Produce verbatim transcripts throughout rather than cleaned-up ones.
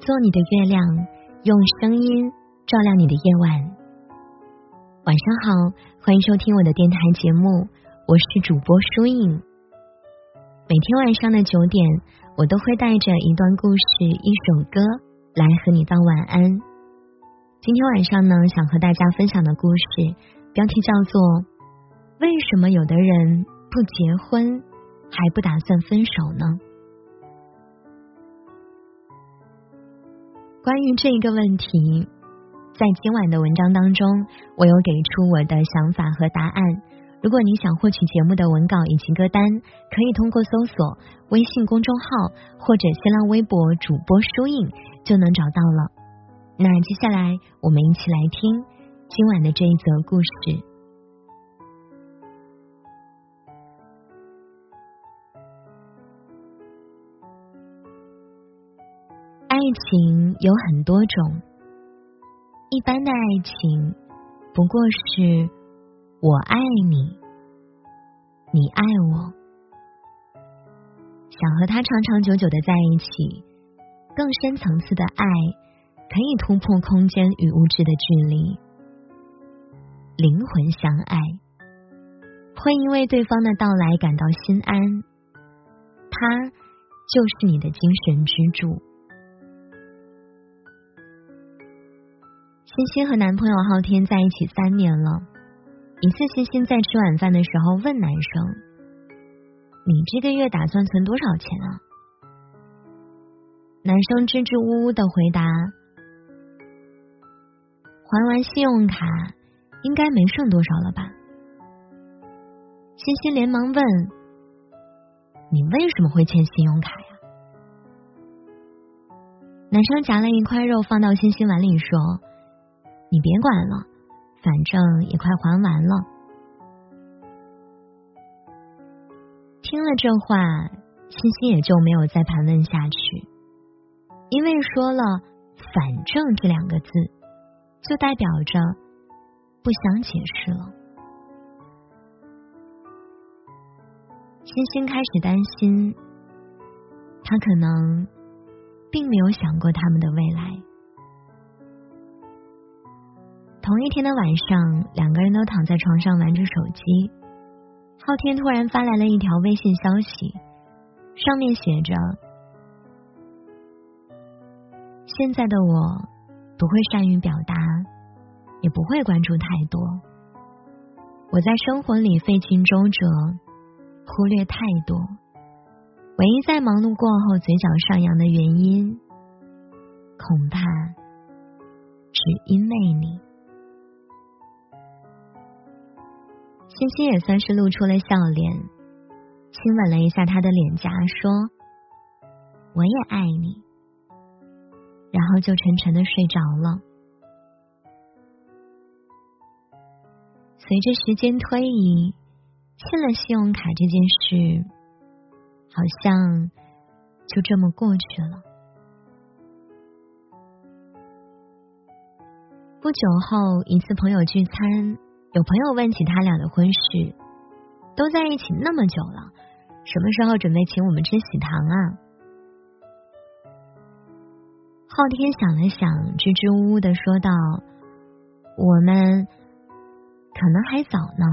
做你的月亮，用声音照亮你的夜晚。晚上好，欢迎收听我的电台节目，我是主播舒影。每天晚上的九点，我都会带着一段故事、一首歌来和你道晚安。今天晚上呢，想和大家分享的故事标题叫做为什么有的人不结婚还不打算分手呢？关于这个问题，在今晚的文章当中，我有给出我的想法和答案。如果你想获取节目的文稿以及歌单，可以通过搜索微信公众号或者新浪微博主播舒影就能找到了。那接下来我们一起来听今晚的这一则故事。爱情有很多种，一般的爱情不过是我爱你，你爱我，想和他长长久久的在一起，更深层次的爱可以突破空间与物质的距离，灵魂相爱，会因为对方的到来感到心安，他就是你的精神支柱。欣欣和男朋友昊天在一起三年了，一次欣欣在吃晚饭的时候问男生，你这个月打算存多少钱啊？男生支支吾吾的回答，还完信用卡应该没剩多少了吧。欣欣连忙问，你为什么会欠信用卡呀？男生夹了一块肉放到欣欣碗里说，你别管了，反正也快还完了。听了这话，欣欣也就没有再盘问下去，因为说了反正这两个字，就代表着不想解释了。欣欣开始担心，他可能并没有想过他们的未来。同一天的晚上，两个人都躺在床上玩着手机，昊天突然发来了一条微信消息，上面写着，现在的我不会善于表达，也不会关注太多，我在生活里费尽周折，忽略太多，唯一在忙碌过后嘴角上扬的原因，恐怕只因为你。欣欣也算是露出了笑脸，亲吻了一下他的脸颊，说，我也爱你，然后就沉沉的睡着了。随着时间推移，欠了信用卡这件事好像就这么过去了。不久后，一次朋友聚餐，有朋友问起他俩的婚事，都在一起那么久了，什么时候准备请我们吃喜糖啊？昊天想了想，支支吾吾的说道，我们可能还早呢。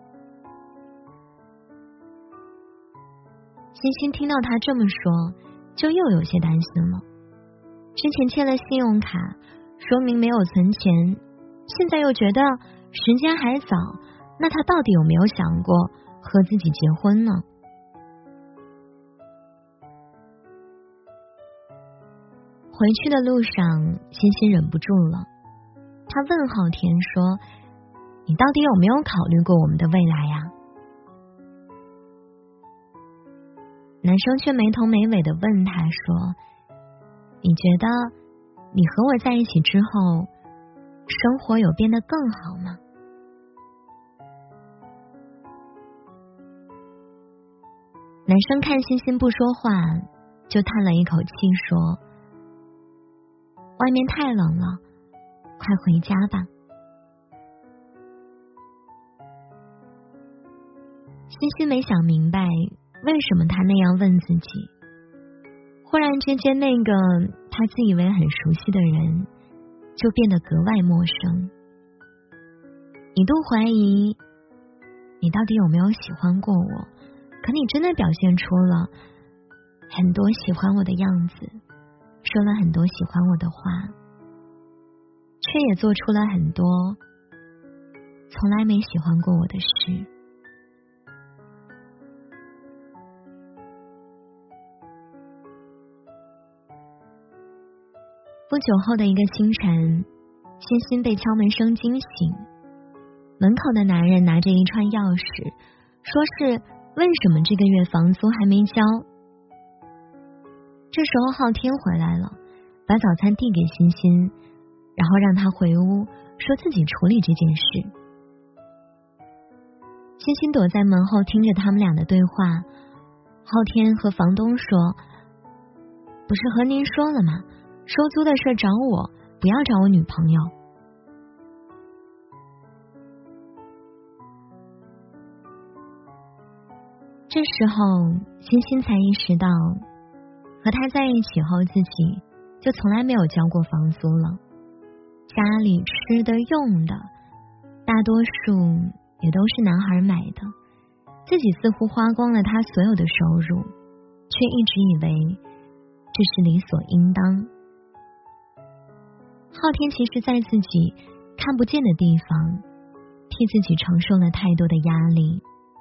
欣欣听到他这么说，就又有些担心了。之前欠了信用卡，说明没有存钱，现在又觉得时间还早，那他到底有没有想过和自己结婚呢？回去的路上，欣欣忍不住了，他问昊天说，你到底有没有考虑过我们的未来呀？男生却没头没尾的问他说，你觉得你和我在一起之后，生活有变得更好吗？男生看欣欣不说话，就叹了一口气说，外面太冷了，快回家吧。欣欣没想明白为什么他那样问自己， 忽然之间，那个他自以为很熟悉的人就变得格外陌生。一度怀疑你到底有没有喜欢过我，可你真的表现出了很多喜欢我的样子，说了很多喜欢我的话，却也做出了很多从来没喜欢过我的事。不久后的一个清晨，欣欣被敲门声惊醒，门口的男人拿着一串钥匙，说是问什么这个月房租还没交。这时候昊天回来了，把早餐递给欣欣，然后让他回屋，说自己处理这件事。欣欣躲在门后听着他们俩的对话。昊天和房东说，不是和您说了吗，收租的事找我，不要找我女朋友。这时候欣欣才意识到，和他在一起后自己就从来没有交过房租了，家里吃的用的大多数也都是男孩买的，自己似乎花光了他所有的收入，却一直以为这是理所应当。昊天其实在自己看不见的地方替自己承受了太多的压力。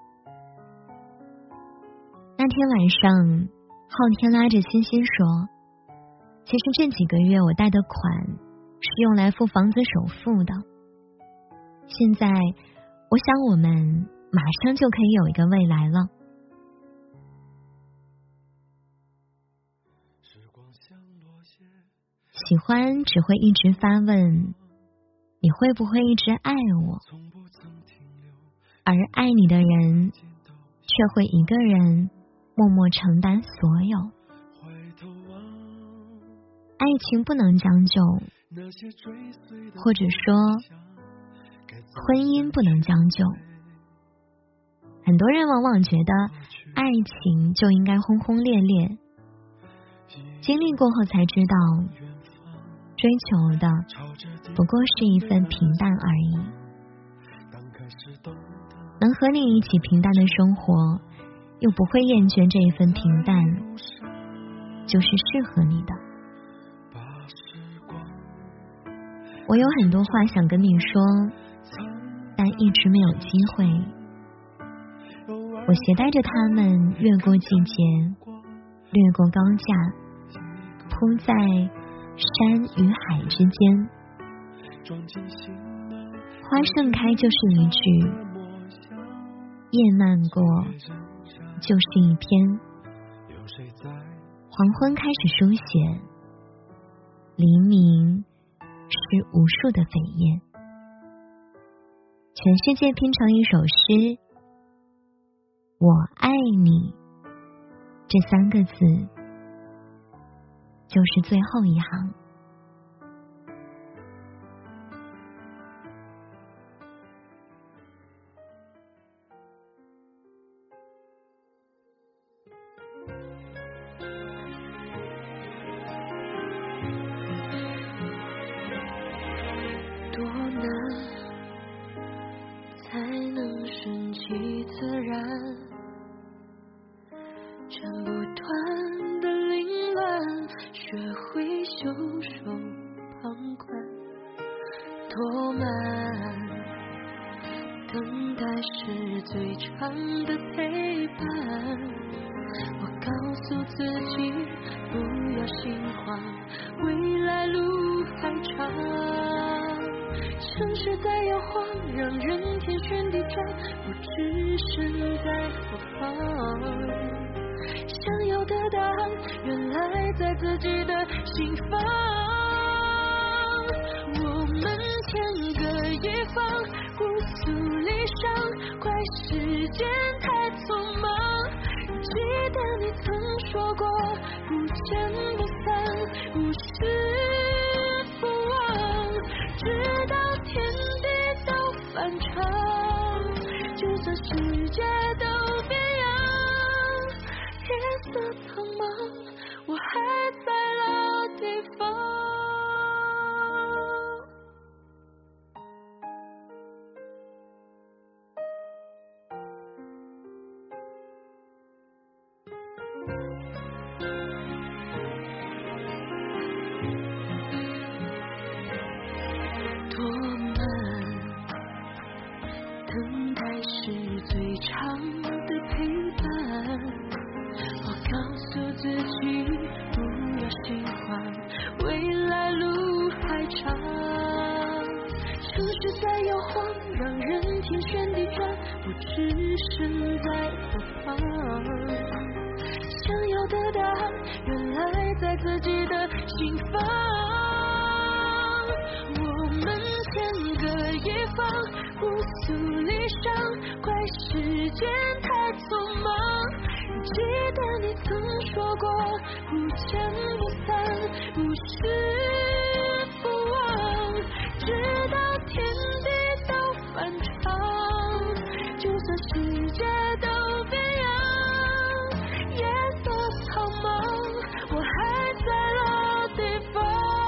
那天晚上，昊天拉着欣欣说，其实这几个月我贷的款是用来付房子首付的，现在我想我们马上就可以有一个未来了。喜欢只会一直发问，你会不会一直爱我？而爱你的人却会一个人默默承担所有。爱情不能将就，或者说婚姻不能将就。很多人往往觉得爱情就应该轰轰烈烈，经历过后才知道，追求的不过是一份平淡而已。能和你一起平淡的生活，又不会厌倦这一份平淡，就是适合你的。我有很多话想跟你说，但一直没有机会。我携带着它们越过季节，掠过高架，铺在山与海之间。花盛开就是一句，夜漫过就是一篇。黄昏开始书写，黎明是无数的扉页。全世界拼成一首诗，我爱你这三个字就是最后一行。 多难才能顺其自然，斩不断的凌乱，学会袖手旁观。多慢，等待是最长的陪伴。我告诉自己不要心慌，未来路还长。城市在摇晃，让人天旋地转，不知身在何方。想要的答案，原来在自己的心房。我们天各一方，互诉离伤，怪时间太匆忙。记得你曾说过，不见不散，无视不忘，直到天地都反常。就算世界都变样，夜色苍茫，我还还在老地方。多慢，等待是最长的陪伴。我告诉自己不要心慌，未来路还长。城市在摇晃，让人天旋地转，不知身在何方。想要的答案，原来在自己的心房。我们天各一方，互诉离伤，怪时间太匆忙。记得你曾说过，不见不散，不是不忘，直到天地都反常。就算世界都变样，夜色苍茫，我还在老地方。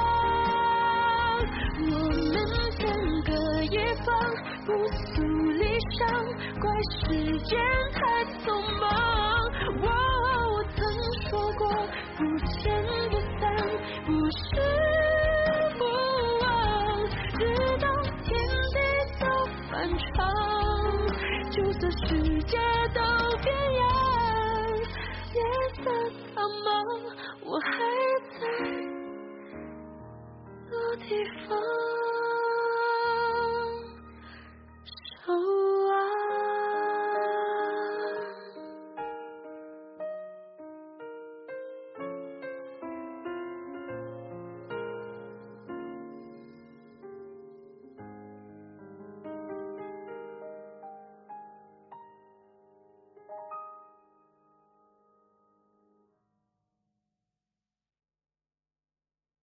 我们天各一方，互诉离伤，怪时间太匆忙。我曾说过，不见不散，不是不忘，直到天地都反常。就算世界都变样，夜色苍茫，我还在老地方。